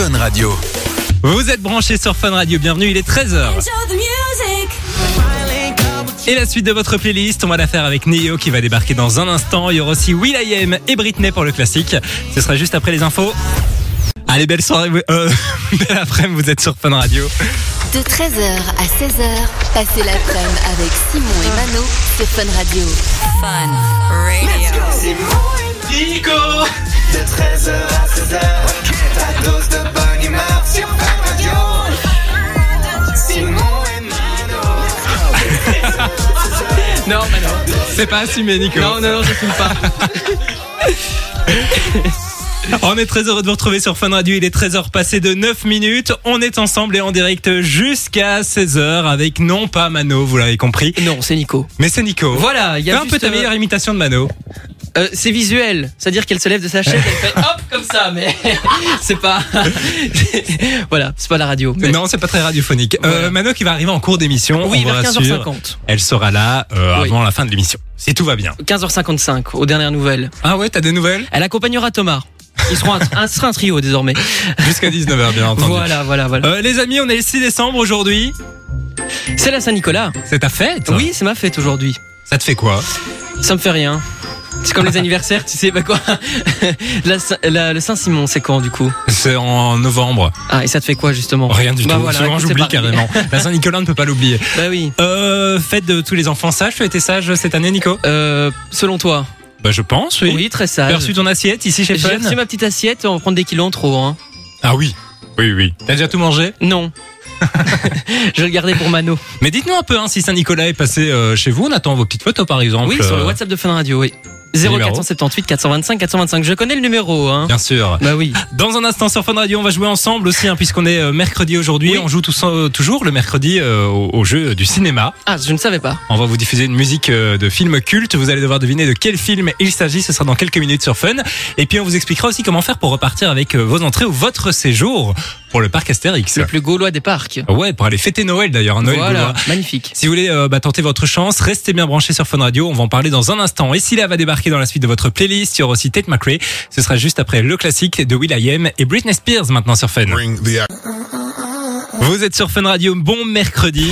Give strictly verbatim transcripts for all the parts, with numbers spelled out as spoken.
Fun Radio. Vous êtes branchés sur Fun Radio, bienvenue, il est treize heures. Et la suite de votre playlist, on va la faire avec Neo qui va débarquer dans un instant. Il y aura aussi will.i.am et Britney pour le classique. Ce sera juste après les infos. Allez, belle soirée, euh, belle après-midi, vous êtes sur Fun Radio. De treize heures à seize heures, passez l'après-midi avec Simon et Mano sur Fun Radio. Fun Radio. Nico. De treize heures à seize heures, ta dose de bonne humeur sur Fun Radio. Simon et Mano. Non, Mano. C'est pas assumé, Nico. Non, non, non, je fume pas. On est très heureux de vous retrouver sur Fun Radio. Il est treize heures passées de neuf minutes. On est ensemble et en direct jusqu'à seize heures avec non pas Mano, vous l'avez compris. Non, c'est Nico. Mais c'est Nico. Voilà, il y a Fais un juste, peu ta meilleure euh, imitation de Mano. euh, c'est visuel, c'est-à-dire qu'elle se lève de sa chaise, elle fait hop comme ça, mais c'est pas. Voilà, c'est pas la radio. Mais... Non, c'est pas très radiophonique. Voilà. Euh, Mano qui va arriver en cours d'émission. Oui, on vers vous quinze heures rassure. cinquante. Elle sera là euh, Oui. avant la fin de l'émission. Si tout va bien. quinze heures cinquante-cinq, aux dernières nouvelles. Ah ouais, t'as des nouvelles? Elle accompagnera Thomas. Ils seront un, un, sera un trio désormais. Jusqu'à dix-neuf heures, bien entendu. Voilà, voilà, voilà. Euh, les amis, on est le six décembre aujourd'hui. C'est la Saint-Nicolas. C'est ta fête? Oui, c'est ma fête aujourd'hui. Ça te fait quoi? Ça me fait rien. C'est comme les anniversaires, tu sais, bah quoi. La, la, le Saint-Simon, c'est quand du coup? C'est en novembre. Ah, et ça te fait quoi justement? Rien du Bah tout. voilà, Souvent, écoute, j'oublie c'est pareil. carrément. La Saint-Nicolas ne peut pas l'oublier. Bah oui. Euh, fête de tous les enfants sages. Tu as été sage cette année, Nico? Euh, selon toi? Bah, je pense, oui. Oui, très sage. Tu as reçu ton assiette ici chez J'ai Fun? reçu ma petite assiette, on va prendre des kilos en trop, hein. Ah oui. Oui, oui. T'as déjà tout mangé? Non. Je vais le garder pour Mano. Mais dites-nous un peu, hein, si Saint-Nicolas est passé euh, chez vous. On attend vos petites photos, par exemple. Oui, sur le Euh, WhatsApp de Fun Radio, oui. zéro quatre cent soixante-dix-huit quatre cent vingt-cinq quatre cent vingt-cinq. Je connais le numéro, hein. Bien sûr. Bah oui. Dans un instant sur Fun Radio, on va jouer ensemble aussi, hein, puisqu'on est euh, mercredi aujourd'hui. Oui. On joue tous, euh, toujours le mercredi euh, au, au jeu du cinéma. Ah, je ne savais pas. On va vous diffuser une musique euh, de film culte. Vous allez devoir deviner de quel film il s'agit. Ce sera dans quelques minutes sur Fun. Et puis on vous expliquera aussi comment faire pour repartir avec euh, vos entrées ou votre séjour pour le parc Astérix. Le plus gaulois des parcs. Ouais, pour aller fêter Noël d'ailleurs. un Noël Voilà, gaulois. magnifique. Si vous voulez euh, bah, tenter votre chance, restez bien branchés sur Fun Radio. On va en parler dans un instant. Et Scylla va débarquer dans la suite de votre playlist. Il y aura aussi Tate McRae. Ce sera juste après le classique de will.i.am et Britney Spears maintenant sur Fun. Vous êtes sur Fun Radio. Bon mercredi.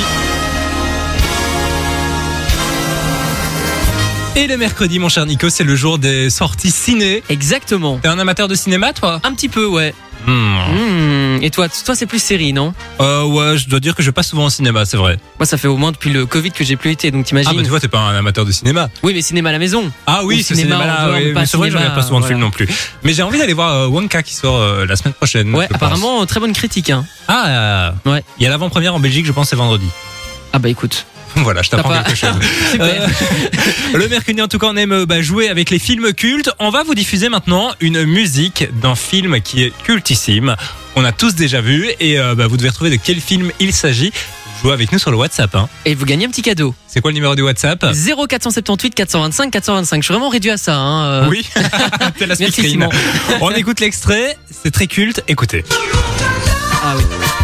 Et le mercredi, mon cher Nico, c'est le jour des sorties ciné. Exactement. T'es un amateur de cinéma, toi? Un petit peu, ouais. Hmm. Mmh. Et toi, toi c'est plus série, non? Euh, ouais, je dois dire que je vais pas souvent au cinéma, c'est vrai. Moi, ça fait au moins depuis le Covid que j'ai plus été, donc t'imagines. Ah, bah tu vois, t'es pas un amateur de cinéma. Oui, mais cinéma à la maison. Ah oui, Au ce cinéma, cinéma-là, en dehors, oui, mais pas mais c'est vrai, je cinéma, regarde pas souvent de voilà. films non plus. Mais j'ai envie d'aller voir euh, Wonka qui sort euh, la semaine prochaine. Ouais, je pense. apparemment, euh, très bonne critique, hein. Ah, euh, Ouais. il y a l'avant-première en Belgique, je pense, c'est vendredi. Ah bah écoute. Voilà, je t'apprends T'as pas- quelque chose. Super. Euh, le mercredi, en tout cas, on aime bah, jouer avec les films cultes. On va vous diffuser maintenant une musique d'un film qui est cultissime. On a tous déjà vu et euh, bah, vous devez retrouver de quel film il s'agit. Jouez avec nous sur le WhatsApp. Hein. Et vous gagnez un petit cadeau. C'est quoi le numéro du WhatsApp? zéro quatre cent soixante-dix-huit quatre cent vingt-cinq quatre cent vingt-cinq. Je suis vraiment réduit à ça, hein. euh. Oui, c'est la Merci, speakerine. Simon. On écoute l'extrait, c'est très culte. Écoutez. Ah oui.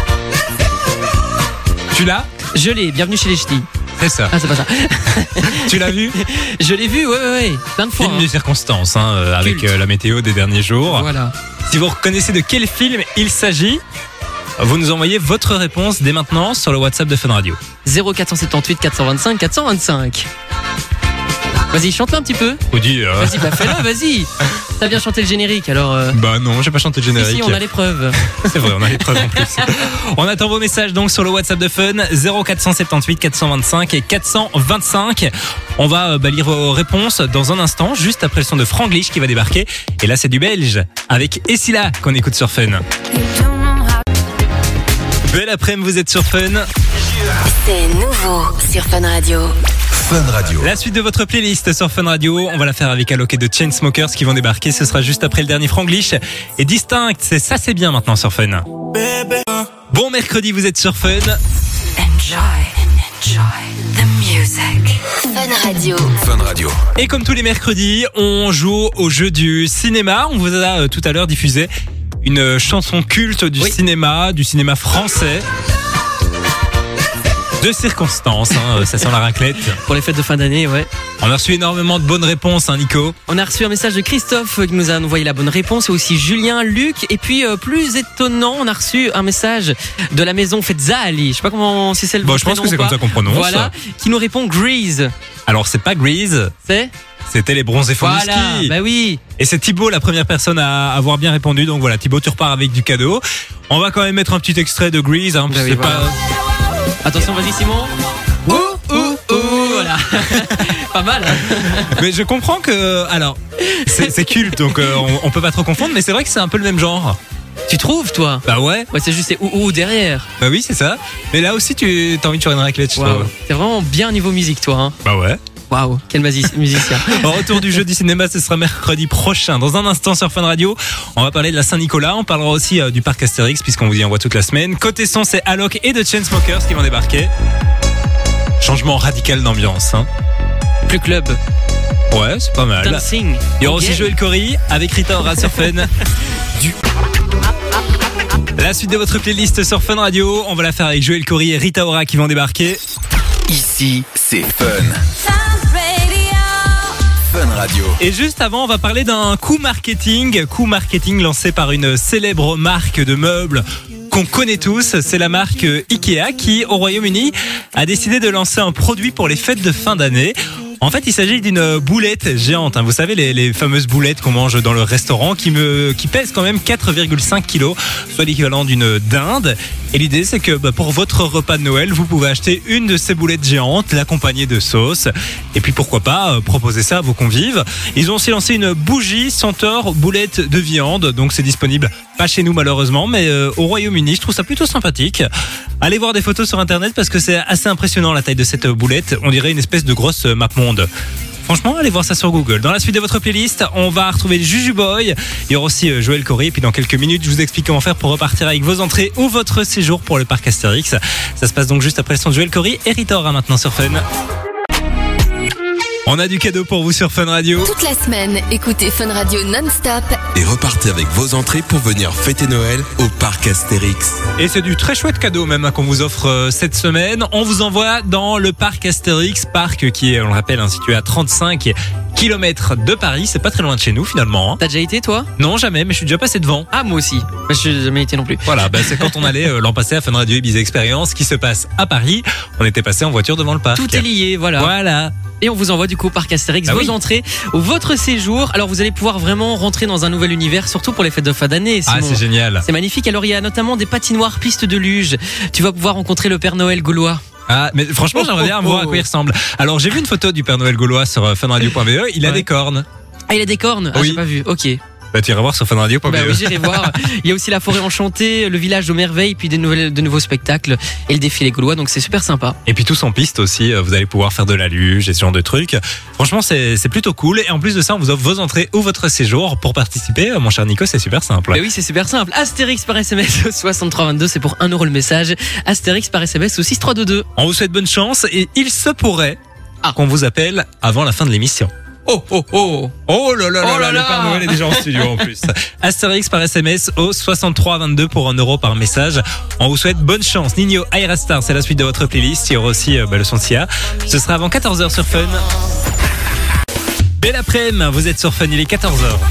Tu l'as? Je l'ai, bienvenue chez les ch'tis. C'est ça. Ah, c'est pas ça. Tu l'as vu? Je l'ai vu, ouais, ouais, ouais. Plein de fois. Film hein. de circonstances, hein, euh, avec Culte. euh, la météo des derniers jours. Voilà. Si vous reconnaissez de quel film il s'agit, vous nous envoyez votre réponse dès maintenant sur le WhatsApp de Fun Radio. zéro quatre cent soixante-dix-huit quatre cent vingt-cinq quatre cent vingt-cinq. Vas-y, chante-le un petit peu. Faut dire. Vas-y, bah fais-le, vas-y. T'as bien chanté le générique, alors. Euh... Bah non, j'ai pas chanté le générique. Ici, on a l'épreuve. C'est vrai, on a l'épreuve en plus. On attend vos messages donc sur le WhatsApp de Fun zéro quatre cent soixante-dix-huit quatre cent vingt-cinq et quatre cent vingt-cinq. On va euh, bah, lire vos réponses dans un instant, juste après le son de Franglish qui va débarquer. Et là, c'est du belge avec Essila qu'on écoute sur Fun. Belle après-midi, vous êtes sur Fun. C'est nouveau sur Fun Radio. Fun Radio. La suite de votre playlist sur Fun Radio, on va la faire avec Alok et de Chainsmokers qui vont débarquer. Ce sera juste après le dernier Franglish. Et Distinct, c'est ça, c'est bien maintenant sur Fun. Bon mercredi, vous êtes sur Fun. Enjoy, enjoy the music. Fun Radio. Fun Radio. Et comme tous les mercredis, on joue au jeu du cinéma. On vous a euh, tout à l'heure diffusé une chanson culte du Oui. cinéma, du cinéma français. de circonstances, hein, ça sent la raclette. Pour les fêtes de fin d'année, ouais. On a reçu énormément de bonnes réponses, hein, Nico. On a reçu un message de Christophe qui nous a envoyé la bonne réponse, et aussi Julien, Luc, et puis euh, plus étonnant, on a reçu un message de la maison Fetzali. Je sais pas comment, si c'est le Bon, bon je pense prénom que c'est ou comme pas. ça qu'on prononce. Voilà, qui nous répond Grease. Alors, c'est pas Grease, C'est c'était les bronzés fonds du Voilà, ski. bah oui. Et c'est Thibaut, la première personne à avoir bien répondu. Donc voilà, Thibaut, tu repars avec du cadeau. On va quand même mettre un petit extrait de Grease. Hein, parce Bah que oui, c'est voilà. pas... Attention, vas-y Simon. Ouh, ouh, ouh, voilà. Pas mal, hein. Mais je comprends que... Alors, c'est, c'est culte, donc euh, on, on peut pas trop confondre. Mais c'est vrai que c'est un peu le même genre. Tu trouves, toi? Bah ouais, Ouais, c'est juste c'est ouh, ouh derrière. bah oui, c'est ça. Mais là aussi, tu as envie de faire une raclette, je Waouh. trouve. T'es vraiment bien niveau musique, toi, hein. Bah ouais. Waouh, quel masi- musicien. Au retour du jeu du cinéma, ce sera mercredi prochain. Dans un instant sur Fun Radio, on va parler de la Saint-Nicolas. On parlera aussi euh, du parc Astérix, puisqu'on vous y envoie toute la semaine. Côté son, c'est Alok et The Chainsmokers qui vont débarquer. Changement radical d'ambiance. Hein. Plus club. Ouais, c'est pas mal. Dancing. Il y aura Ok. aussi Joël Corry avec Rita Ora sur Fun. Du... La suite de votre playlist sur Fun Radio, on va la faire avec Joël Corry et Rita Ora qui vont débarquer. Ici, c'est Fun. Fun Radio. Et juste avant, on va parler d'un coup marketing, coup marketing lancé par une célèbre marque de meubles qu'on connaît tous. C'est la marque Ikea qui, au Royaume-Uni, a décidé de lancer un produit pour les fêtes de fin d'année. En fait, il s'agit d'une boulette géante. Hein. Vous savez, les, les fameuses boulettes qu'on mange dans le restaurant qui, me, qui pèsent quand même quatre virgule cinq kilos, soit l'équivalent d'une dinde. Et l'idée, c'est que bah, pour votre repas de Noël, vous pouvez acheter une de ces boulettes géantes, l'accompagner de sauce. Et puis, pourquoi pas, euh, proposer ça à vos convives. Ils ont aussi lancé une bougie senteur boulette de viande. Donc, c'est disponible pas chez nous, malheureusement, mais euh, au Royaume-Uni. Je trouve ça plutôt sympathique. Allez voir des photos sur Internet parce que c'est assez impressionnant, la taille de cette boulette. On dirait une espèce de grosse map monde. Franchement, allez voir ça sur Google. Dans la suite de votre playlist, on va retrouver Juju Boy. Il y aura aussi Joël Corry. Et puis dans quelques minutes, je vous explique comment faire pour repartir avec vos entrées ou votre séjour pour le parc Astérix. Ça se passe donc juste après le son de Joël Corry et Rita Ora maintenant sur Fun. On a du cadeau pour vous sur Fun Radio. Toute la semaine, écoutez Fun Radio non-stop Et repartez avec vos entrées pour venir fêter Noël au parc Astérix. Et c'est du très chouette cadeau même hein, qu'on vous offre euh, cette semaine. On vous envoie dans le parc Astérix, parc qui est, on le rappelle, hein, situé à trente-cinq kilomètres de Paris. C'est pas très loin de chez nous finalement. Hein. T'as déjà été, toi? Non, jamais, mais je suis déjà passé devant. Ah, moi aussi. Bah, je suis jamais été non plus. Voilà, bah, c'est quand on allait euh, l'an passé à Fun Radio Ibiza Experience qui se passe à Paris. On était passé en voiture devant le parc. Tout est lié, voilà. Voilà. Et on vous envoie du coup au parc Astérix Ah vos oui. entrées, votre séjour. Alors vous allez pouvoir vraiment rentrer dans un nouvel univers, surtout pour les fêtes de fin d'année. Ah, Simon. c'est génial. C'est magnifique. Alors il y a notamment des patinoires, pistes de luge. Tu vas pouvoir rencontrer le Père Noël gaulois. Ah, mais franchement, Oh, j'aimerais bien oh, voir à oh. quoi il ressemble. Alors, j'ai vu une photo du Père Noël gaulois sur euh, funradio point b e. Il a Ouais. des cornes. Ah, il a des cornes. Ah, Oui. j'ai pas vu. Ok. Bah, tu iras voir sur funradio point b e. Bah oui, j'irai voir. Il y a aussi la forêt enchantée, le village aux merveilles, puis des nouvelles, de nouveaux spectacles et le défilé gaulois. Donc c'est super sympa. Et puis tous en piste aussi, euh, vous allez pouvoir faire de la luge et ce genre de trucs. Franchement, c'est c'est plutôt cool. Et en plus de ça, on vous offre vos entrées ou votre séjour pour participer. Euh, Mon cher Nico, c'est super simple. Bah oui, c'est super simple. Astérix par S M S au soixante-trois vingt-deux, c'est pour un euro le message. Astérix par S M S au six trois deux deux. On vous souhaite bonne chance et il se pourrait Ah. qu'on vous appelle avant la fin de l'émission. Oh oh oh. Oh là là là Oh là, là le là. Père Noël est déjà en studio en plus. Astérix par S M S au soixante-trois vingt-deux pour un euro par message. On vous souhaite bonne chance. Nino, Aerastar, c'est la suite de votre playlist. Il y aura aussi euh, bah, le son de Sia. Ce sera avant quatorze heures sur Fun. Belle après-midi, vous êtes sur Fun, il est quatorze heures.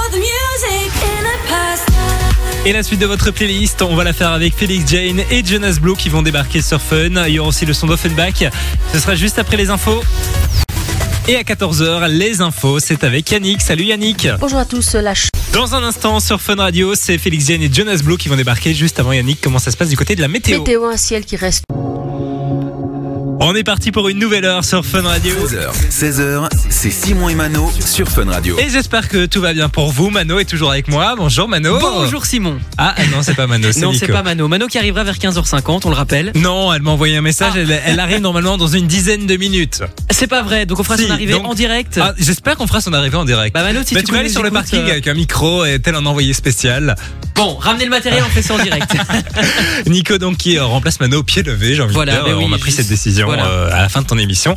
Et la suite de votre playlist, on va la faire avec Félix Jane et Jonas Blue qui vont débarquer sur Fun. Il y aura aussi le son d'Offenbach. Ce sera juste après les infos. Et à quatorze heures, les infos, c'est avec Yannick. Salut Yannick. Bonjour à tous, la ch... Dans un instant sur Fun Radio, c'est Félix Jane et Jonas Blue qui vont débarquer juste avant Yannick. Comment ça se passe du côté de la météo? météo, un ciel qui reste... On est parti pour une nouvelle heure sur Fun Radio. seize heures, seize heures, c'est Simon et Mano sur Fun Radio. Et j'espère que tout va bien pour vous. Mano est toujours avec moi. Bonjour Mano. Bonjour Simon. Ah non, c'est pas Mano, c'est Non, Nico. c'est pas Mano. Mano qui arrivera vers quinze heures cinquante, on le rappelle. Non, elle m'a envoyé un message. Ah. Elle, elle arrive normalement dans une dizaine de minutes. C'est pas vrai. Donc on fera Si, son arrivée donc- en direct. Ah, j'espère qu'on fera son arrivée en direct. Bah Mano, si Bah, tu, tu vas aller nous sur le écoutes, parking euh, avec un micro et tel un envoyé spécial. Bon, ramenez le matériel, on fait ça en direct. Nico donc qui euh, remplace Mano au pied levé, j'ai envie Voilà, de dire. bah oui, on a pris juste- cette décision voilà. euh, à la fin de ton émission.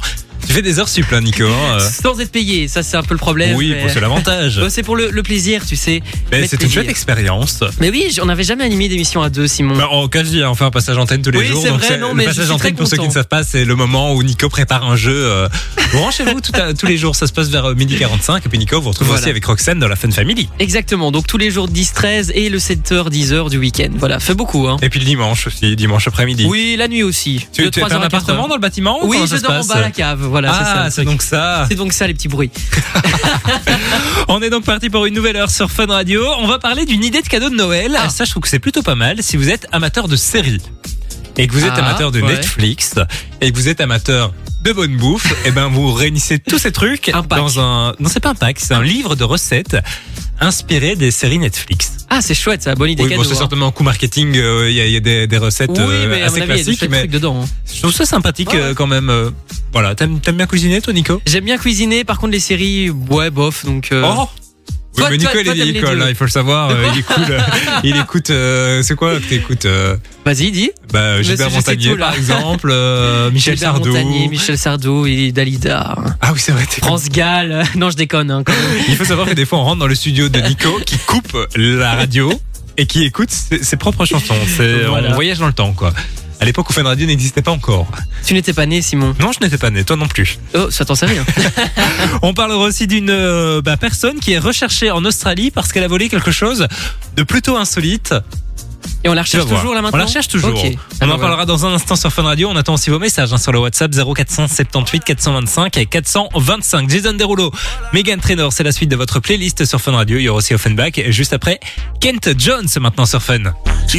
Tu fais des heures sup, là, Nico. Hein. Sans être payé, ça c'est un peu le problème. Oui, mais... pour c'est l'avantage. Bah, c'est pour le, le plaisir, tu sais. Mais Mettre c'est une plaisir. chouette expérience. Mais oui, on n'avait jamais animé d'émission à deux, Simon. Bah, en cas, je dis, on fait un passage antenne tous les Oui, jours. c'est donc vrai, non, le mais je passage suis antenne, très pour ceux qui ne content. savent pas, c'est le moment où Nico prépare un jeu. Euh, branchez-vous tout à- tous les jours, ça se passe vers euh, midi quarante-cinq. Et puis Nico, vous retrouvez Voilà. aussi avec Roxane dans la Fun Family. Exactement, donc tous les jours dix treize et le sept heures dix heures du week-end. Voilà, fait beaucoup, hein. Et puis le dimanche aussi, dimanche après-midi. Oui, la nuit aussi. Tu, De tu trois as un heures à quatre appartement heures. dans le bâtiment ou Oui, comment je ça se dors en passe bas à la cave. Voilà, c'est ça. Ah, le c'est truc. donc ça. C'est donc ça, les petits bruits. On est donc parti pour une nouvelle heure sur Fun Radio. On va parler d'une idée de cadeau de Noël. Ah. Ça, je trouve que c'est plutôt pas mal si vous êtes amateur de séries et que vous êtes Ah, amateur de ouais. Netflix et que vous êtes amateur de bonne bouffe. Et ben, vous réunissez tous ces trucs Un pack. dans un. Non, c'est pas un pack, c'est un livre de recettes inspiré des séries Netflix. Ah, c'est chouette, ça, bonne idée Oui, cadeau. bon, c'est hein. certainement un coup marketing. Il euh, y, a, y a des, des recettes Oui, euh, mais à assez mon avis, il y a des classiques, chouettes mais trucs dedans. hein. je trouve ça sympathique Ouais. euh, quand même. euh, Voilà, t'aimes t'aimes bien cuisiner, toi, Nico? J'aime bien cuisiner, par contre, les séries, ouais, bof, donc. euh, Oh. Oui, Toi- mais toi- Nico, il toi, est t'aimes vieille les école, deux. là, il faut le savoir. De euh, quoi il écoute, euh, il écoute. euh, c'est quoi que t'écoutes euh, Vas-y, dis. Bah, Mais Gilbert je sais Montagnier, tout, là. par exemple, euh, Michel Gilbert Sardou. Montagnier, Michel Sardou et Dalida. Ah oui, c'est vrai. t'es- France Gall. Non, je déconne, hein, quand même. Il faut savoir que des fois, on rentre dans le studio de Nico, qui coupe la radio et qui écoute ses, ses propres chansons. C'est, Voilà. On voyage dans le temps, quoi. À l'époque où Fun Radio n'existait pas encore. Tu n'étais pas né, Simon. Non, je n'étais pas né, toi non plus. Oh, ça t'en sait rien. On parlera aussi d'une euh, bah, personne qui est recherchée en Australie parce qu'elle a volé quelque chose de plutôt insolite. Et on la Tu vas recherche voir. toujours là On maintenant la recherche toujours. Ok. On Ah, en bah, parlera dans un instant sur Fun Radio. On attend aussi vos messages hein, sur le WhatsApp zéro quatre cent soixante-dix-huit quatre cent vingt-cinq et quatre cent vingt-cinq. Jason Derulo, Meghan Trainor, c'est la suite de votre playlist sur Fun Radio. Il y aura aussi Offenbach et juste après Kent Jones maintenant sur Fun.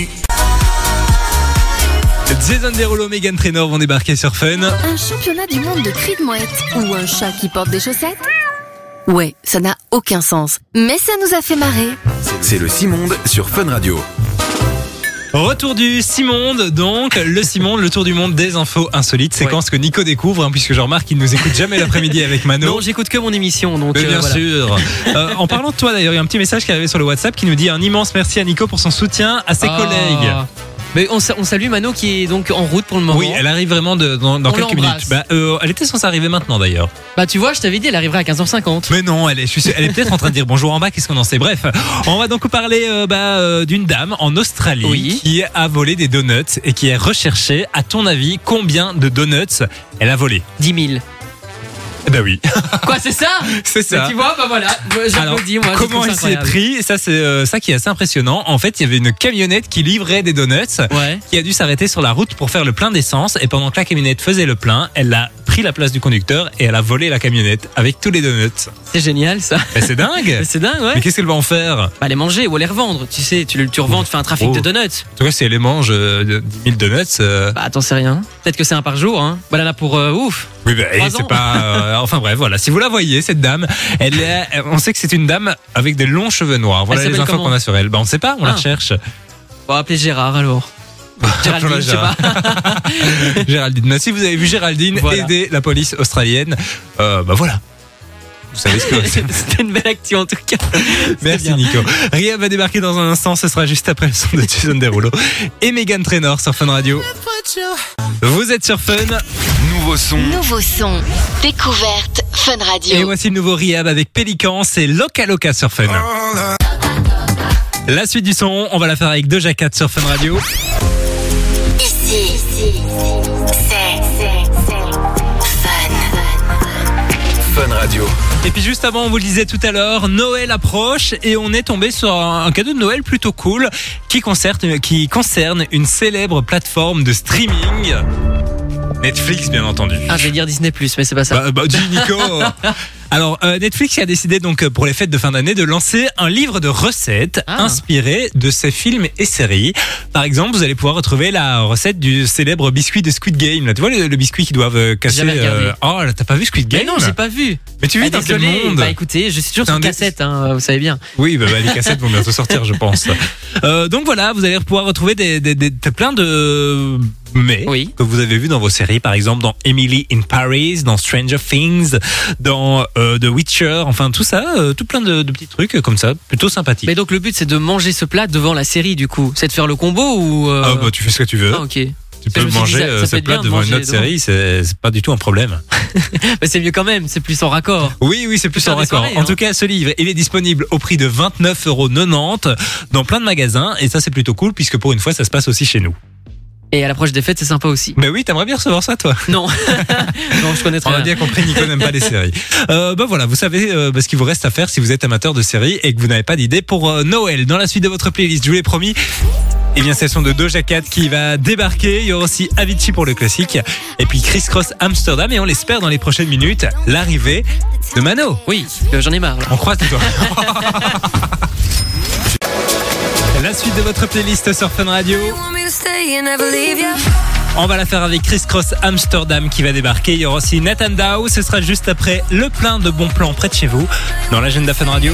Jason Derulo, Meghan Trainor vont débarquer sur Fun. Un championnat du monde de cris de mouette ou un chat qui porte des chaussettes? Ouais, ça n'a aucun sens. Mais ça nous a fait marrer. C'est le Simonde sur Fun Radio. Retour du Simonde, donc le Simonde, le tour du monde des infos insolites, séquence que Nico découvre, hein, puisque je remarque qu'il nous écoute jamais l'après-midi avec Mano. Non, j'écoute que mon émission, donc. Mais euh, bien voilà. sûr. Euh, en parlant de toi d'ailleurs, il y a un petit message qui est arrivé sur le WhatsApp qui nous dit un immense merci à Nico pour son soutien à ses Ah. collègues. Mais on, sa- on salue Mano qui est donc en route pour le moment. Oui, elle arrive vraiment de- dans, dans On quelques l'embrasse. minutes. Bah, euh, elle était censée arriver maintenant d'ailleurs. Bah tu vois, je t'avais dit, elle arrivera à quinze heures cinquante. Mais non, elle est, je suis sûr- elle est peut-être en train de dire bonjour en bas, qu'est-ce qu'on en sait. Bref, on va donc parler euh, bah, euh, d'une dame en Australie Oui. qui a volé des donuts et qui est recherchée. À ton avis, combien de donuts elle a volé? dix mille. Eh ben oui, Quoi, c'est ça? c'est ça. Mais tu vois, bah voilà, j'applaudis, moi. je comment trouve elle ça s'y est incroyable. pris? Ça, c'est euh, ça qui est assez impressionnant. En fait, il y avait une camionnette qui livrait des donuts, Ouais. qui a dû s'arrêter sur la route pour faire le plein d'essence. Et pendant que la camionnette faisait le plein, elle a pris la place du conducteur et elle a volé la camionnette avec tous les donuts. C'est génial, ça. Mais c'est dingue. Mais C'est dingue, ouais. Mais qu'est-ce qu'elle va en faire? Bah, les manger ou les revendre. Tu sais, tu, le- tu revends, tu fais un trafic Oh. de donuts. En tout cas, si elle les mange euh, de dix mille donuts, euh, Bah, t'en sais rien. Peut-être que c'est un par jour, hein. Bah, là, là, pour euh, ouf. oui, bah, et trois c'est ans. pas. euh, enfin bref, voilà. Si vous la voyez, cette dame, elle est, on sait que c'est une dame avec des longs cheveux noirs. Voilà Elle les s'appelle infos comment qu'on a sur elle. Bah, on sait pas, on la Ah. recherche. On va appeler Gérard alors. Géraldine, Voilà, je sais pas. Géraldine. Mais si vous avez vu Géraldine Voilà. aider la police australienne, euh, bah voilà. Vous savez ce que c'est. C'était une belle actu en tout cas. Merci bien. Nico. Ria va débarquer dans un instant, ce sera juste après le son de Jason Derulo et Meghan Trainor sur Fun Radio. Vous êtes sur Fun Nouveau son. Nouveau son. Découverte Fun Radio. et voici le nouveau Rihab avec Pélican, c'est Loca Loca sur Fun. La suite du son, on va la faire avec Doja Cat sur Fun Radio. Ici, c'est Fun. Fun Radio. Et puis juste avant, on vous le disait tout à l'heure, Noël approche et on est tombé sur un un cadeau de Noël plutôt cool qui concerne, qui concerne une célèbre plateforme de streaming. Netflix, bien entendu. Ah, je vais dire Disney plus, mais c'est pas ça. Bah, bah, dis Nico. Alors, euh, Netflix a décidé donc euh, pour les fêtes de fin d'année de lancer un livre de recettes Ah. inspiré de ses films et séries. Par exemple, vous allez pouvoir retrouver la recette du célèbre biscuit de Squid Game. Là, tu vois le, le biscuit qu'ils doivent euh, casser. Jamais regardé. Oh, là, t'as pas vu Squid Game? Mais non, j'ai pas vu. Mais tu vis Ah, dans quel désolé. monde? Bah écoutez, je suis toujours C'est sur un des- cassette, hein, vous savez bien. Oui, bah, bah, les cassettes vont bientôt sortir, je pense. Euh, donc voilà, vous allez pouvoir retrouver des, des, des, des- plein de mets Oui. que vous avez vus dans vos séries, par exemple dans Emily in Paris, dans Stranger Things, dans euh, The Witcher, enfin tout ça, euh, tout plein de, de petits trucs euh, comme ça, plutôt sympathiques. Mais donc le but c'est de manger ce plat devant la série du coup. C'est de faire le combo ou. euh, Ah bah tu fais ce que tu veux. Ah, ok. Tu je peux me suis dit, manger ça- euh, ça ce peut être plat bien de devant une manger autre devant. série, c'est c'est pas du tout un problème. Mais c'est mieux quand même, c'est plus en raccord. Oui, oui, c'est plus Faire en des raccord. soirées, En hein. tout cas, ce livre, il est disponible au prix de vingt-neuf euros quatre-vingt-dix dans plein de magasins. Et ça, c'est plutôt cool puisque pour une fois, ça se passe aussi chez nous. Et à l'approche des fêtes, c'est sympa aussi. Mais oui, t'aimerais bien recevoir ça, toi. Non, non, je connais très On a bien. bien compris, Nico n'aime pas les séries. Euh, bah voilà, vous savez euh, bah, ce qu'il vous reste à faire si vous êtes amateur de séries et que vous n'avez pas d'idée pour euh, Noël. Dans la suite de votre playlist, je vous l'ai promis. Eh bien, c'est le son de Doja Cat qui va débarquer. Il y aura aussi Avicii pour le classique. Et puis Criss Cross Amsterdam. Et on l'espère dans les prochaines minutes, l'arrivée de Mano. Oui, euh, j'en ai marre là. On croise toi. La suite de votre playlist sur Fun Radio. On va la faire avec Criss Cross Amsterdam qui va débarquer. Il y aura aussi Nathan Dow. Ce sera juste après le plein de bons plans près de chez vous dans l'agenda Fun Radio.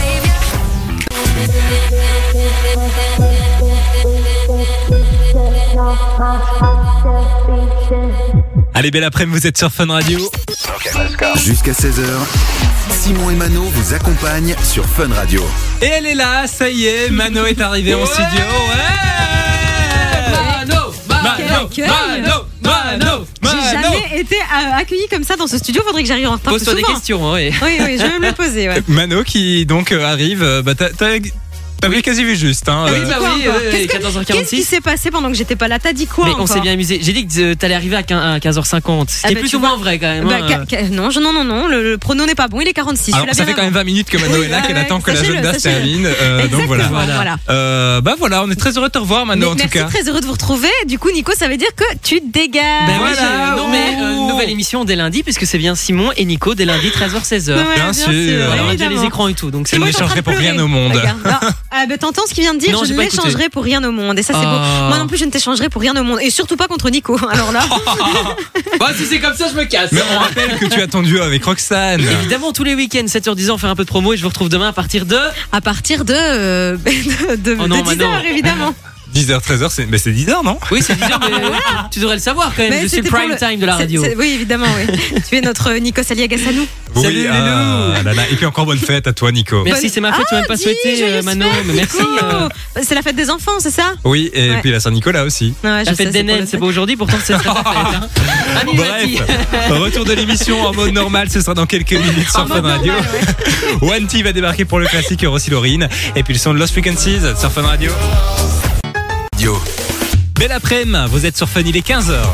Allez, belle après-midi, vous êtes sur Fun Radio. Jusqu'à seize heures, Simon et Mano vous accompagnent sur Fun Radio. Et elle est là, ça y est, Mano est arrivé en studio. Ouais Mano, Mano, accueil. Mano, Mano, J'ai Mano. jamais été euh, accueillie comme ça dans ce studio. Faudrait que j'arrive en retard plus Pose-toi des souvent. questions, hein, oui. Oui, oui, je vais me le poser. Ouais. Mano qui donc euh, arrive. euh, Bah, t'as, t'as, t'avais quasi vu juste. Hein, Oui, euh, bah Quoi oui, encore euh, Qu'est-ce que- quatorze heures Qu'est-ce qui quarante-six. s'est passé pendant que j'étais pas là? T'as dit quoi Mais encore? on s'est bien amusé. J'ai dit que euh, t'allais arriver à quinze heures cinquante. Ce qui Ah est bah, plus tu ou vois. moins vrai quand même. Bah, hein. ca- ca- non, je- non, non, non, le, le prono n'est pas bon, il est quarante-six. Alors, je suis ça là fait bien quand même avant. vingt minutes que Mano Oui, est là, ouais, qu'elle ouais, attend que sachez-le, l'agenda se sachez-le. termine. Euh, donc Exactement, voilà. Voilà. voilà. Euh, bah voilà, on est très heureux de te revoir, Mano, Mais en tout merci, cas. très heureux de vous retrouver. Du coup, Nico, ça veut dire que tu dégages. Ben oui, Voilà. j'ai- non mais euh, Oh. nouvelle émission dès lundi puisque c'est bien Simon et Nico dès lundi treize heures seize heures. Ouais, bien sûr. Alors, Alors on a déjà les évidemment. écrans et tout donc c'est Je Moi, ne je suis en train l'échangerai de pour pleurer. rien au monde. Regarde. Non. Ah, bah, t'entends ce qu'il vient de dire? Non, Je j'ai ne pas écouté. l'échangerai pour rien au monde. Et ça, c'est Ah. beau. Moi non plus, je ne t'échangerai pour rien au monde. Et surtout pas contre Nico. Alors là, Bah si c'est comme ça je me casse. Mais on rappelle que tu as ton duo avec Roxane. Évidemment tous les week-ends sept heures dix on fait un peu de promo et je vous retrouve demain à partir de à partir de, euh, de, de, Oh non, de dix Manon. heures, évidemment. dix heures, treize heures, c'est, bah c'est dix heures, non? Oui c'est dix heures mais tu devrais le savoir quand même. Mais Je suis le c'était pour prime le- time de la c'est- radio. c'est- Oui, évidemment, oui. Tu es notre Nikos Aliagassanou. Salut, Oui, Loulou. ah, là, là. Et puis encore bonne fête à toi, Nico. Merci c'est ma fête tu m'as même pas Ah, dis, souhaité joyeuse euh, Mano fête, mais merci. Nico. euh, C'est la fête des enfants, c'est ça? Oui, et Ouais. puis la Saint-Nicolas aussi. Ouais, je La sais, fête des pour le naines c'est fait. pas aujourd'hui pourtant c'est très la fête. Hein. Animati. Bref, retour de l'émission en mode normal, ce sera dans quelques minutes sur En Fun mode Radio. normal, One T va débarquer pour le classique, il y aura aussi Laurine. Et puis le son de Lost Frequencies sur Fun Radio. Yo. Belle après-midi, vous êtes sur Fun, il est quinze heures.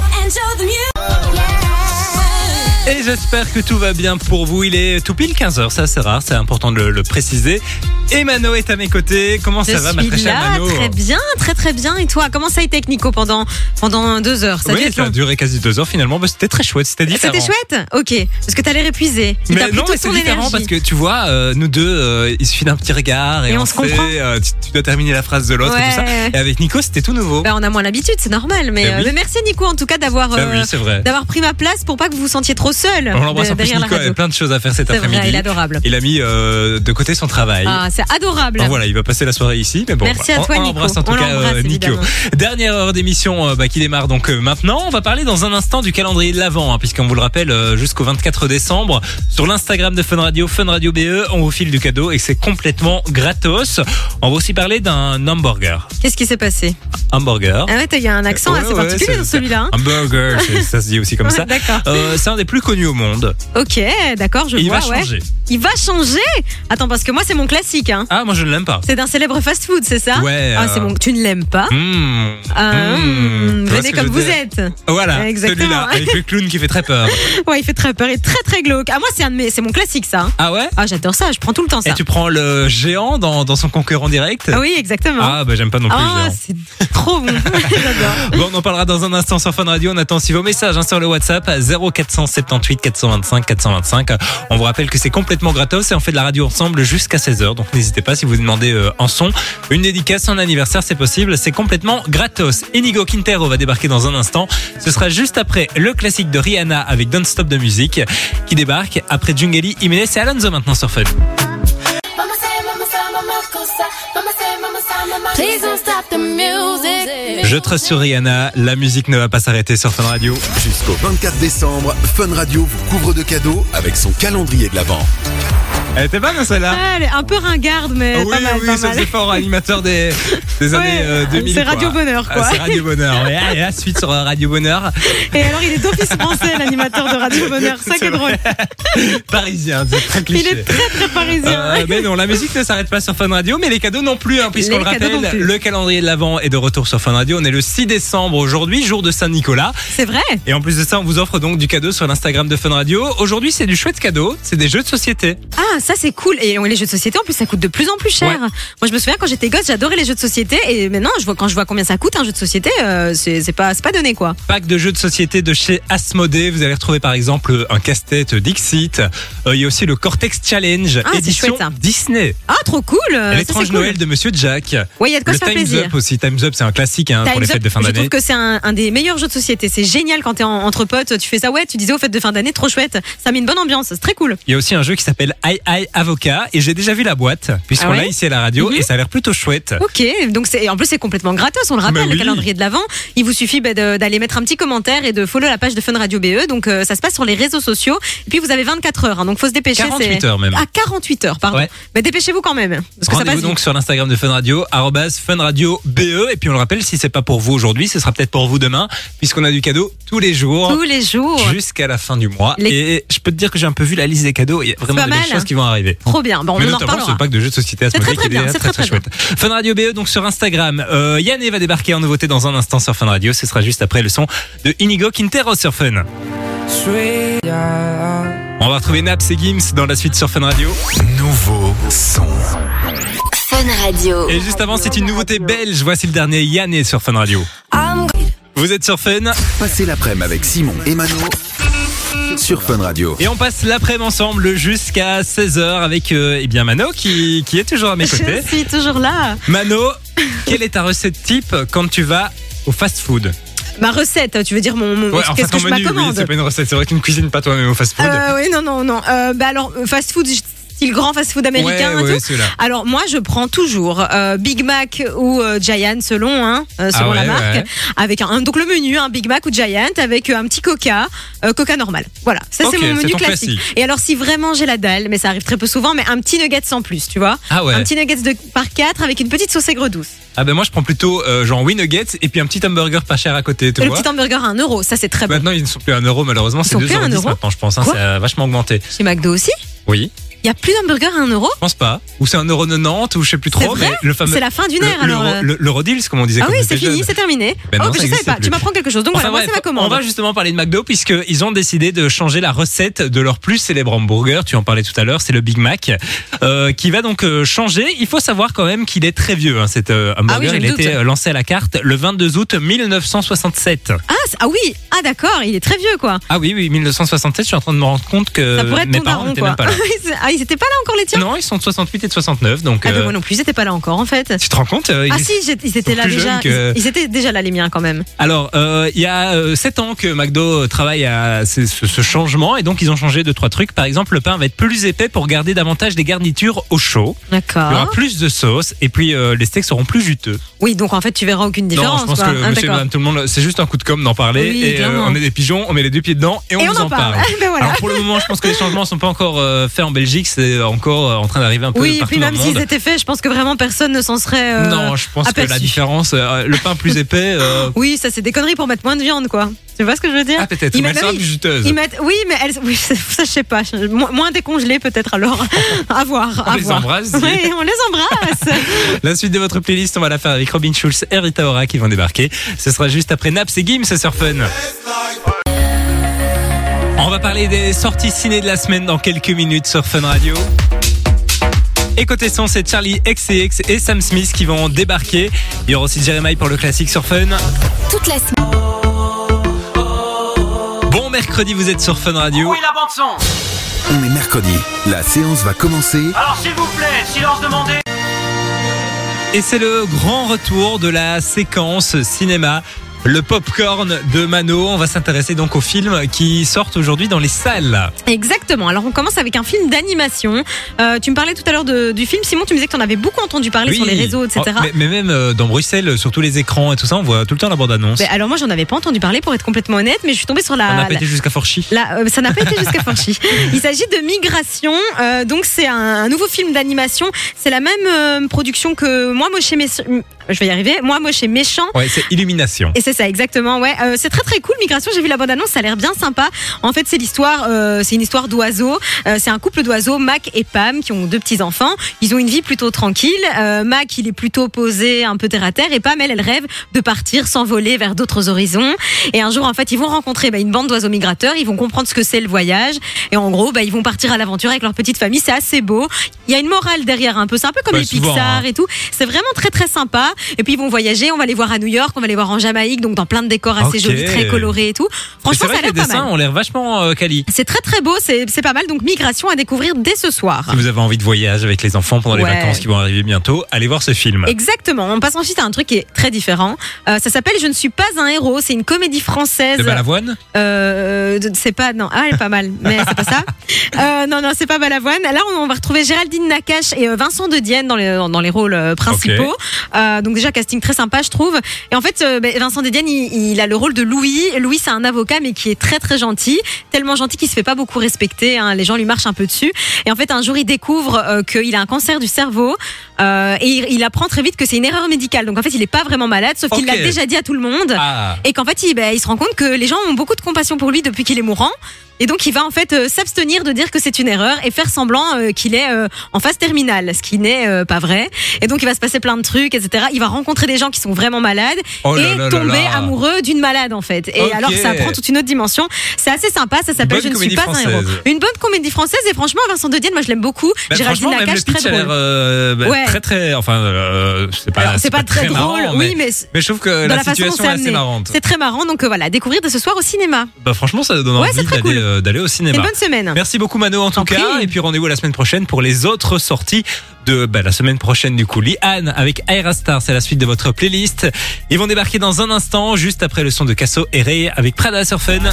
Et j'espère que tout va bien pour vous. Il est tout pile quinze heures, ça c'est rare, c'est important de le, le préciser. Et Mano est à mes côtés. Comment ça Je va, ma suis très chère là, Mano? très bien, très très bien. Et toi, comment ça a été avec Nico pendant, pendant deux heures? Ça a dû Oui, être ça a long. duré quasi deux heures finalement. Bah, c'était très chouette, c'était différent. C'était chouette? Ok. Parce que t'as l'air épuisé. Il t'a Mais pris non, toute mais c'est ton différent énergie. parce que tu vois, euh, nous deux, euh, il suffit d'un petit regard et, Et on on, se sait, comprend. euh, tu, tu dois terminer la phrase de l'autre et tout ça. Ouais. Et avec Nico, c'était tout nouveau. Bah, on a moins l'habitude, c'est normal. Mais, Ben euh, oui. mais merci Nico en tout cas d'avoir Bah euh, oui, c'est vrai. d'avoir pris ma place pour pas que vous vous sentiez trop seul On l'embrasse de- en plus, derrière la Nico radio. avait plein de choses à faire cet C'est après-midi. vrai, il est adorable. Il a mis euh, de côté son travail. Ah, c'est adorable. Alors voilà, il va passer la soirée ici, mais bon, Merci bah, à toi, on, on Nico. l'embrasse en tout On cas, l'embrasse, euh, Nico. évidemment. Dernière heure d'émission euh, bah, qui démarre donc euh, maintenant. On va parler dans un instant du calendrier de l'Avent, hein, puisqu'on vous le rappelle, euh, jusqu'au vingt-quatre décembre, sur l'Instagram de Fun Radio, Fun Radio B E, on vous file du cadeau et c'est complètement gratos. On va aussi parler d'un hamburger. Qu'est-ce qui s'est passé? Hamburger. Ah ouais, il y a un accent Ouais, assez ouais, particulier c'est- dans celui-là. hein. Hamburger, c'est- ça se dit aussi comme Ouais, ça. D'accord. Euh, c'est un des plus connus au monde. Ok, d'accord, je Et il vois. va ouais. changer. Il va changer. Attends, parce que moi c'est mon classique. Hein. Ah, moi je ne l'aime pas. C'est d'un célèbre fast-food, c'est ça? Ouais, Ah, euh, c'est bon. Tu ne l'aimes pas? Mmh. Ah, Mmh. Tu vois venez ce que comme je vous veux dire êtes. Voilà, Exactement. celui-là, avec le clown qui fait très peur. Ouais, il fait très peur, il est très très glauque. Ah, moi c'est un de mes, c'est mon classique ça. hein. Ah ouais? Ah, j'adore ça, je prends tout le temps ça. Et tu prends le géant dans, dans son concurrent direct? Ah oui, exactement. Ah bah j'aime pas non plus Ah, le géant. c'est trop bon. J'adore. Bon, on en parlera dans un instant sur Fun Radio. On attend aussi vos messages hein, sur le WhatsApp zéro quatre cent soixante-dix-huit quatre cent vingt-cinq quatre cent vingt-cinq. On vous rappelle que c'est complètement gratos et on fait de la radio ensemble jusqu'à seize heures. Donc n'hésitez pas si vous demandez euh, un son, une dédicace, un anniversaire, c'est possible. C'est complètement gratos. Inigo Quintero va débarquer dans un instant. Ce sera juste après le classique de Rihanna avec Don't Stop de musique qui débarque après Djungeli, Jiménez et Alonso maintenant sur Fun. Je trust sur Rihanna, la musique ne va pas s'arrêter sur Fun Radio. Jusqu'au vingt-quatre décembre, Fun Radio vous couvre de cadeaux avec son calendrier de l'Avent. Elle était bonne celle-là. Ah, elle est un peu ringarde, mais Ah oui, pas mal. oui, pas ça mal. faisait fort animateur des, des années Ouais, euh, deux mille. c'est quoi. Radio Bonheur, quoi. Ah, c'est Radio Bonheur. Ouais, allez, la suite sur euh, Radio Bonheur. Et alors, il est d'office français, l'animateur de Radio Bonheur. Ça qui C'est est drôle. Parisien, c'est très Il cliché. est très très parisien. Euh, mais non, la musique ne s'arrête pas sur Fun Radio, mais les cadeaux non plus, hein, puisqu'on Les le cadeaux rappelle, non plus. le calendrier de l'Avent est de retour sur Fun Radio. On est le six décembre aujourd'hui, jour de Saint-Nicolas. C'est vrai. Et en plus de ça, on vous offre donc du cadeau sur l'Instagram de Fun Radio. Aujourd'hui, c'est du chouette cadeau, c'est des jeux de société. Ah, ça c'est cool. Et les jeux de société, en plus, ça coûte de plus en plus cher. Ouais. Moi, je me souviens quand j'étais gosse, j'adorais les jeux de société. Et maintenant, je vois, quand je vois combien ça coûte un jeu de société, euh, c'est c'est pas, c'est pas donné, quoi. Pack de jeux de société de chez Asmodée. Vous allez retrouver par exemple un casse-tête Dixit. Euh, Il y a aussi le Cortex Challenge, Ah, c'est édition chouette, ça. Disney. Ah, trop cool. Ça, L'étrange c'est cool. Noël de Monsieur Jack. Ouais, il y a de quoi Le se faire Time's plaisir. Up aussi. Time's Up, c'est un classique hein, pour Time's les fêtes Up, de fin je d'année. trouve que c'est un, un des meilleurs jeux de société. C'est génial quand t'es en- entre potes, tu fais ça. Ouais, tu disais aux fêtes de fin d'année, trop chouette. Ça met une bonne ambiance, c'est très cool. Il y a aussi un jeu qui s'appelle I I Avocat et j'ai déjà vu la boîte puisqu'on Ah ouais l'a ici à la radio Mhm. et ça a l'air plutôt chouette. Ok, donc c'est en plus c'est complètement gratos, on le rappelle, Bah oui. le calendrier de l'Avent. Il vous suffit bah, de- d'aller mettre un petit commentaire et de follow la page de Fun Radio B E. Donc euh, ça se passe sur les réseaux sociaux. Et puis vous avez vingt-quatre heures, hein, donc faut se dépêcher. quarante-huit c'est- heures même. Ah, quarante-huit heures, pardon. Ouais. Mais dépêchez-vous quand même, parce que ça Rendez-vous passe donc vite. sur l'Instagram de Fun Radio, arobase Fun Radio B E. Et puis on le rappelle, si c'est pas pour vous aujourd'hui, ce sera peut-être pour vous demain, puisqu'on a du cadeau tous les jours. Tous les jours. Jusqu'à la fin du mois. Les- Et je peux te dire que j'ai un peu vu la liste des cadeaux. Il y a vraiment pas des belles mal. choses qui vont arriver. Trop bien. Bon, Mais on en notamment ce reparlera. pack de jeux de société à C'est très, très bien, c'est très, très, très chouette. Fun Radio B E donc sur Instagram. Euh, Yann va débarquer en nouveauté dans un instant sur Fun Radio. Ce sera juste après le son de Inigo Quintero sur Fun. On va retrouver Naps et Gims dans la suite sur Fun Radio. Nouveau son. Fun Radio. Et juste avant, c'est une nouveauté belge. Voici le dernier Yann sur Fun Radio. Vous êtes sur Fun Passez l'après-midi avec Simon et Mano sur Fun Radio. et on passe l'après-midi ensemble jusqu'à seize heures avec euh, eh bien Mano qui, qui est toujours à mes côtés. Je suis toujours là. Mano, quelle est ta recette type quand tu vas au fast-food? Ma recette, tu veux dire mon, mon Ouais, enfin qu'est-ce que ton je menu, oui, m'accommande c'est pas une recette. C'est vrai que tu ne cuisines pas toi-même au fast-food. euh, Oui, non, non, non. Euh, bah alors, fast food, style grand fast food américain. ouais, et ouais, tout. celui-là. Alors moi je prends toujours euh, Big Mac ou euh, Giant selon hein, euh, selon Ah ouais, la marque ouais. avec un, donc le menu un Big Mac ou Giant avec euh, un petit Coca euh, Coca normal. Voilà, ça Ok, c'est mon c'est menu ton classique. classique. Et alors si vraiment j'ai la dalle, mais ça arrive très peu souvent, mais un petit nuggets en plus, tu vois. Ah ouais. Un petit nuggets de par quatre avec une petite sauce aigre douce. Ah ben moi je prends plutôt euh, genre oui nuggets et puis un petit hamburger pas cher à côté, tu Et le vois. petit hamburger à un euro, ça c'est très bon. Maintenant ils ne sont plus à un euro malheureusement, c'est sont deux plus à euros un dix euro maintenant je pense, hein, Quoi ça a vachement augmenté. Chez McDo aussi, Oui, il y a plus d'hamburger à un euro. je pense pas. Ou c'est un euro quatre-vingt-dix ou je sais plus C'est trop, vrai mais le fameux C'est la fin d'une ère le, alors. le, euh. le, l'Eurodeals, comme on disait Ah quand oui, on c'est était fini, jeune. c'est terminé. Ben oh, non, mais ça je savais existe pas. plus. Tu m'apprends quelque chose. Donc Enfin voilà, moi bref, c'est ma on commande. va justement parler de McDo puisqu'ils ont décidé de changer la recette de leur plus célèbre hamburger. Tu en parlais tout à l'heure, c'est le Big Mac, euh, qui va donc euh, changer. Il faut savoir quand même qu'il est très vieux, hein, cet euh, hamburger. Ah oui, je Il a me été doute. euh, lancé à la carte le vingt-deux août mille neuf cent soixante-sept. Ah, c'est- ah oui, ah d'accord, il est très vieux quoi. Ah oui, oui, mille neuf cent soixante-sept. Je suis en train de me rendre compte que Ça pourrait être mes ton parents daron n'étaient quoi. même pas là. Oui, c'est- ah, ils étaient pas là encore les tiens. Non, ils sont de soixante-huit et de soixante-neuf, donc. Ah ben euh, moi non plus, ils étaient pas là encore en fait. Tu te rends compte euh, Ah ils- si, j'ai- ils étaient sont là plus déjà. jeunes que- Ils, ils étaient déjà là les miens quand même. Alors, euh, il y a euh, sept ans que McDo travaille à ce, ce- ce changement et donc ils ont changé deux trois trucs. Par exemple, le pain va être plus épais pour garder davantage des garnitures au chaud. Il y aura D'accord. plus de sauce et puis euh, les steaks seront plus juteux. Oui, donc en fait tu verras aucune non, différence. je pense quoi. que Ah, monsieur et d'accord. madame tout le monde, c'est juste un coup de com' d'en parler Oui, et euh, clairement. on est des pigeons, on met les deux pieds dedans et on Et vous on en en parle. parle. Ben voilà. Alors pour le moment, je pense que les changements sont pas encore euh, faits en Belgique, c'est encore euh, en train d'arriver un peu Oui, et partout puis dans même le s'ils monde. étaient faits, je pense que vraiment personne ne s'en serait. euh, non, je pense que la aperçu. différence, euh, le pain plus épais. euh, Oui, ça c'est des conneries pour mettre moins de viande quoi. Tu vois ce que je veux dire? Ah peut-être, Ils mais elle mettent- sera oui, plus juteuse. Ils mettent, oui, mais elle, oui, ça, ça, je sais pas, Je- moins, moins décongelé peut-être alors. À voir, On à les voir. embrasse. Oui, on les embrasse. La suite de votre playlist, on va la faire avec Robin Schulz et Rita Ora qui vont débarquer. Ce sera juste après Naps et Gims sur Fun. On va parler des sorties ciné de la semaine dans quelques minutes sur Fun Radio. Et côté son, c'est Charlie X C X et Sam Smith qui vont débarquer. Il y aura aussi Jeremiah pour le classique sur Fun. Toute la semaine. Bon mercredi, vous êtes sur Fun Radio. Oui, la bande-son. On est mercredi. La séance va commencer. Alors, s'il vous plaît, silence demandé. Et c'est le grand retour de la séquence cinéma Le popcorn de Mano. On va s'intéresser donc aux films qui sortent aujourd'hui dans les salles. Exactement. Alors on commence avec un film d'animation. Euh, tu me parlais tout à l'heure de, du film. Simon, tu me disais que tu en avais beaucoup entendu parler Oui. sur les réseaux, et cetera. Oh, mais, mais même euh, dans Bruxelles, sur tous les écrans et tout ça, on voit tout le temps la bande-annonce. Mais alors moi, j'en avais pas entendu parler pour être complètement honnête, mais je suis tombée sur la. On a la- pété jusqu'à Forchy. Là, euh, ça n'a pas été jusqu'à Forchy. Il s'agit de Migration. Euh, donc c'est un, un nouveau film d'animation. C'est la même euh, production que Moi Moche et Méchant. Je vais y arriver. Moi Moche et Méchant. Ouais, c'est Illumination. Et c'est ça, exactement. Ouais, euh, c'est très très cool. Migration. J'ai vu la bande annonce. Ça a l'air bien sympa. En fait, c'est l'histoire. Euh, c'est une histoire d'oiseaux. Euh, c'est un couple d'oiseaux, Mac et Pam, qui ont deux petits enfants. Ils ont une vie plutôt tranquille. Euh, Mac, il est plutôt posé, un peu terre à terre, et Pam, elle, elle rêve de partir, s'envoler vers d'autres horizons. Et un jour, en fait, ils vont rencontrer bah, une bande d'oiseaux migrateurs. Ils vont comprendre ce que c'est le voyage. Et en gros, bah, ils vont partir à l'aventure avec leur petite famille. C'est assez beau. Il y a une morale derrière un peu. C'est un peu comme Ouais, les souvent, Pixar hein. et tout. C'est vraiment très très sympa. Et puis ils vont voyager. On va les voir à New York. On va les voir en Jamaïque. Donc dans plein de décors assez Ok. jolis, très colorés et tout. Mais Franchement, c'est vrai ça a que les l'air pas dessins mal. ont l'air vachement euh, quali. C'est très très beau. C'est c'est pas mal. Donc Migration à découvrir dès ce soir. Si vous avez envie de voyage avec les enfants pendant les Ouais. vacances qui vont arriver bientôt, allez voir ce film. Exactement. On passe ensuite à un truc qui est très différent. Euh, ça s'appelle Je ne suis pas un héros. C'est une comédie française. De Balavoine. Euh, de- c'est pas non. Ah, elle est pas mal, mais c'est pas ça. Euh, non, non, c'est pas Balavoine. Là, on, on va retrouver Géraldine Nakache et euh, Vincent De Dienne dans les dans les rôles euh, principaux. Euh, donc déjà casting très sympa, je trouve. Et en fait, euh, ben, Vincent De Dienne, il, il a le rôle de Louis. Louis, c'est un avocat, mais qui est très très gentil, tellement gentil qu'il se fait pas beaucoup respecter. Hein. Les gens lui marchent un peu dessus. Et en fait, un jour, il découvre euh, qu'il a un cancer du cerveau euh, et il, il apprend très vite que c'est une erreur médicale. Donc en fait, il est pas vraiment malade, sauf qu'il Ok. l'a déjà dit à tout le monde. Ah. Et qu'en fait, il, ben, il se rend compte que les gens ont beaucoup de compassion pour lui depuis qu'il est mourant. Et donc, il va en fait euh, s'abstenir de dire que c'est une erreur et faire semblant euh, qu'il est euh, en phase terminale, ce qui n'est euh, pas vrai. Et donc, il va se passer plein de trucs, et cetera. Il va rencontrer des gens qui sont vraiment malades Oh là et là là tomber là. amoureux d'une malade, en fait. Et Ok. alors, ça prend toute une autre dimension. C'est assez sympa. Ça s'appelle Bonne Je ne suis comédie pas un héros. française. Une bonne comédie française. Et franchement, Vincent De Dienne, moi, je l'aime beaucoup. Bah, Géraldine franchement, même Nakache, le pitch très a l'air drôle. euh, bah, Ouais. très très. Enfin, euh, c'est pas. Alors, c'est pas, très, marrant, drôle, mais, oui, mais mais je trouve que dans la, la façon dont situation c'est est assez amené. marrante. C'est très marrant. Donc euh, voilà, découvrir dès ce soir au cinéma. Bah, franchement, ça donne Ouais, envie c'est très d'aller cool. euh, d'aller au C'est cinéma. une bonne semaine. Merci beaucoup Mano en tout T'en cas. prie. Et puis rendez-vous la semaine prochaine pour les autres sorties de bah, la semaine prochaine du coup. Liane avec Aerostar, c'est la suite de votre playlist. Ils vont débarquer dans un instant, juste après le son de Casso et Ray avec Prada sur Fun.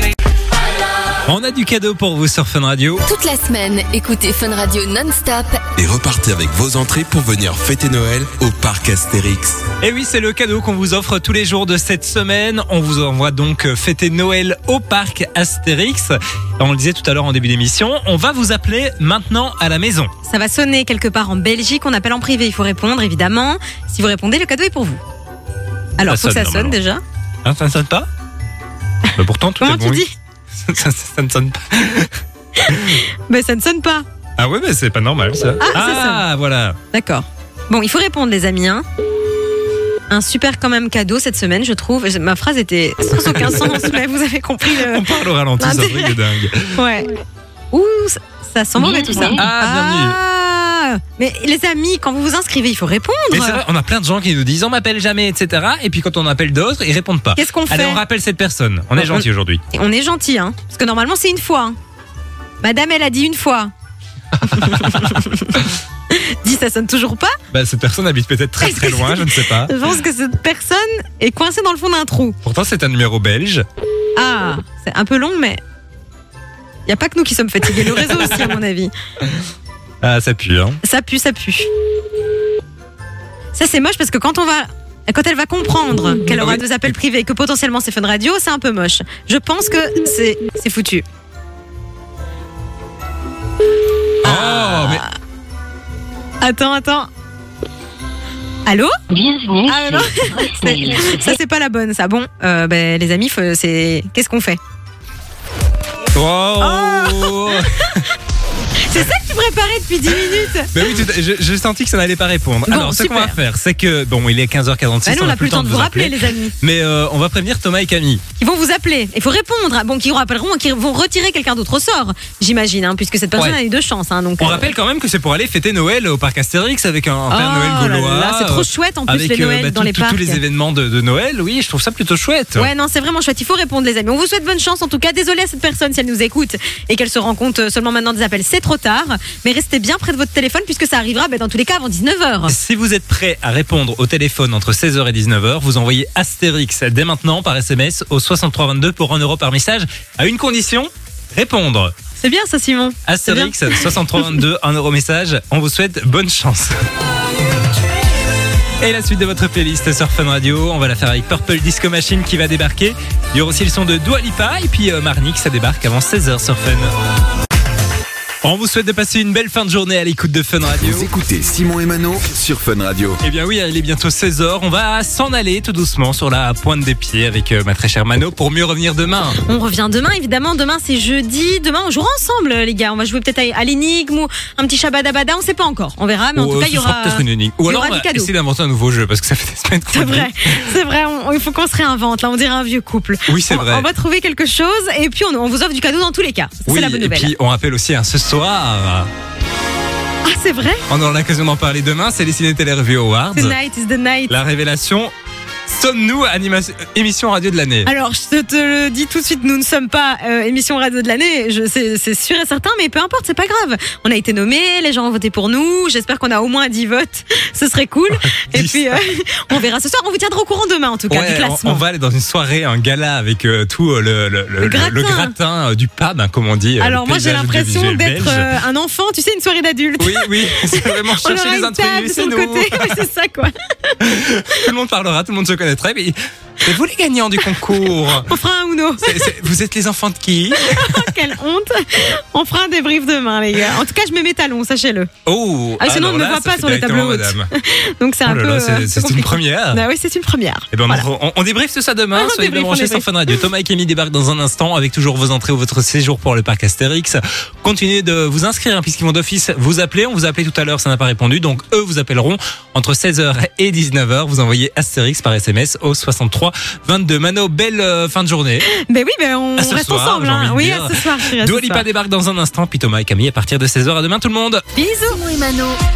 On a du cadeau pour vous sur Fun Radio. Toute la semaine, écoutez Fun Radio non-stop Et repartez avec vos entrées pour venir fêter Noël au parc Astérix. Et oui, c'est le cadeau qu'on vous offre tous les jours de cette semaine. On vous envoie donc fêter Noël au parc Astérix. On le disait tout à l'heure en début d'émission, on va vous appeler maintenant à la maison. Ça va sonner quelque part en Belgique. On appelle en privé. Il faut répondre, évidemment. Si vous répondez, le cadeau est pour vous. Alors, Ça faut que ça sonne, sonne normalement. déjà. Hein, ça ne sonne pas bah Pourtant, tout Comment est tu bon. dis ça, ça- ça ne sonne pas. Ben, ça ne sonne pas. Ah ouais, mais c'est pas normal ça. Ah, ça sonne. voilà. D'accord. Bon, il faut répondre, les amis. Hein. Un super quand même cadeau cette semaine, je trouve. Ma phrase était sans aucun sens, mais vous avez compris le. On parle au ralenti, c'est un truc de dingue. Ouais. Ouh, ça, ça sent mauvais tout ça. Ah, bienvenue. Ah, mais les amis, quand vous vous inscrivez, il faut répondre. Mais c'est vrai, on a plein de gens qui nous disent on m'appelle jamais, et cetera. Et puis quand on appelle d'autres, ils répondent pas. Qu'est-ce qu'on fait? Allez, on rappelle cette personne. On est On- gentil aujourd'hui. Et on est gentil, hein. Parce que normalement, c'est une fois. hein. Madame, elle a dit une fois. Dis, ça sonne toujours pas. Bah, cette personne habite peut-être très très loin, je ne sais pas. Je pense que cette personne est coincée dans le fond d'un trou. Pourtant, c'est un numéro belge. Ah, c'est un peu long, mais il n'y a pas que nous qui sommes fatigués. Le réseau aussi, à mon avis. Ah, ça pue, hein. Ça pue, ça pue. Ça, c'est moche parce que quand on va. Quand elle va comprendre qu'elle aura Oui. deux appels privés, que potentiellement c'est Fun Radio, c'est un peu moche. Je pense que c'est c'est foutu. Oh, mais Attends, attends. Allô? Bienvenue. Ah non, c'est- ça c'est pas la bonne. Ça, bon, euh, ben, les amis, faut- c'est qu'est-ce qu'on fait? Oh, C'est ça que tu préparais depuis dix minutes. Mais oui, tout à- je- j'ai senti que ça n'allait pas répondre. Bon, Alors, ce qu'on va super. faire, c'est que bon, il est quinze heures quarante-six, Bah non, on n'a plus le temps de vous rappeler, appeler. les amis. Mais euh, on va prévenir Thomas et Camille. Ils vont vous appeler. Il faut répondre. Bon, qui rappelleront, qui vont retirer quelqu'un d'autre au sort, j'imagine, hein, puisque cette personne Ouais. a eu deux chances. Hein, donc, On euh, rappelle quand même que c'est pour aller fêter Noël au parc Astérix avec un, un oh Père Noël là gaulois. là, c'est trop euh, chouette en plus avec les euh, Noëls bah, dans tout- les tout- parcs. tous les événements de, de Noël. Oui, je trouve ça plutôt chouette. Ouais, non, c'est vraiment chouette. Il faut répondre, les amis. On vous souhaite bonne chance. En tout cas, désolé à cette personne si elle nous écoute et qu'elle se rend compte euh, seulement maintenant des appels. C'est trop tard. tard. Mais restez bien près de votre téléphone puisque ça arrivera bah, dans tous les cas avant dix-neuf heures. Si vous êtes prêt à répondre au téléphone entre seize heures et dix-neuf heures, vous envoyez Astérix dès maintenant par S M S au soixante-trois vingt-deux pour un euro par message à une condition, répondre. C'est bien ça, Simon. Astérix soixante-trois vingt-deux, un euro message. On vous souhaite bonne chance. Et la suite de votre playlist sur Fun Radio, on va la faire avec Purple Disco Machine qui va débarquer. Il y aura aussi le son de Dua Lipa et puis euh, Marnik, ça débarque avant seize heures sur Fun. On vous souhaite de passer une belle fin de journée à l'écoute de Fun Radio. Vous écoutez Simon et Mano sur Fun Radio. Eh bien oui, il est bientôt seize heures. On va s'en aller tout doucement sur la pointe des pieds avec euh, ma très chère Mano pour mieux revenir demain. On revient demain, évidemment. Demain, c'est jeudi. Demain, on jouera ensemble, les gars. On va jouer peut-être à, à l'énigme ou un petit shabadabada. On sait pas encore. On verra. Mais en Ou, tout cas, euh, il y ce sera aura. peut-être une énigme. Ou il y alors, aura on du va cadeau. essayer d'inventer un nouveau jeu parce que ça fait des semaines qu'on C'est le vrai, dit. c'est vrai. On- il faut qu'on se réinvente. Là, on dirait un vieux couple. Oui, c'est On- vrai. On va trouver quelque chose et puis on, on vous offre du cadeau dans tous les cas. C'est Oui, la bonne et nouvelle. puis on rappelle aussi hein, ce soir, Ah, c'est vrai. on aura l'occasion d'en parler demain, c'est les Ciné Télé Revue Awards. The night is the night. La révélation, sommes-nous animation, émission radio de l'année? Alors, je te, te le dis tout de suite, nous ne sommes pas euh, émission radio de l'année, je- c'est c'est sûr et certain, mais peu importe, c'est pas grave. On a été nommés, les gens ont voté pour nous, j'espère qu'on a au moins dix votes, ce serait cool. Et Dis puis, euh, on verra ce soir, on vous tiendra au courant demain en tout cas, du Ouais, on, classement. on va aller dans une soirée, un gala avec euh, tout euh, le, le, le, Le gratin. le gratin euh, du pub, hein, comme on dit. euh, Alors le moi j'ai paysage l'impression audiovisuel d'être belge. euh, un enfant, tu sais, une soirée d'adultes. Oui, oui, c'est vraiment On chercher aura les une table intrus, sur c'est le nous. côté, ouais, c'est ça quoi. Tout le monde parlera, tout le monde se connaîtrait. Mais, mais vous les gagnants du concours, On fera un Uno. c'est- c'est- vous êtes les enfants de qui? Quelle honte. On fera un débrief demain les gars. En tout cas je mets mes talons, sachez-le. Oh, Ah, sinon, alors on ne me là, voit ça pas fait sur les directement tableaux hautes. madame. Donc c'est un Oh là peu là, euh, c'est- c'est une compliqué. première. Bah oui, c'est une première. Eh ben, Voilà. on, on débriefe tout ça demain. Ah, on Soyez bien débriefe, on branchés sur débriefe. Fun Radio. Thomas et Camille débarquent dans un instant avec toujours vos entrées ou votre séjour pour le parc Astérix. Continuez de vous inscrire hein, puisqu'ils vont d'office vous appeler. On vous a appelé tout à l'heure, ça n'a pas répondu. Donc eux vous appelleront entre seize heures et dix-neuf heures. Vous envoyez Astérix par S M S au soixante-trois vingt-deux. Mano, belle euh, fin de journée. Ben oui, ben on À ce reste soir, ensemble. j'ai hein. envie de Oui, dire. à ce soir. chérie, à ce Dua Lipa soir. débarque dans un instant. Puis Thomas et Camille à partir de seize heures. À demain tout le monde. Bisous. Simon et Mano.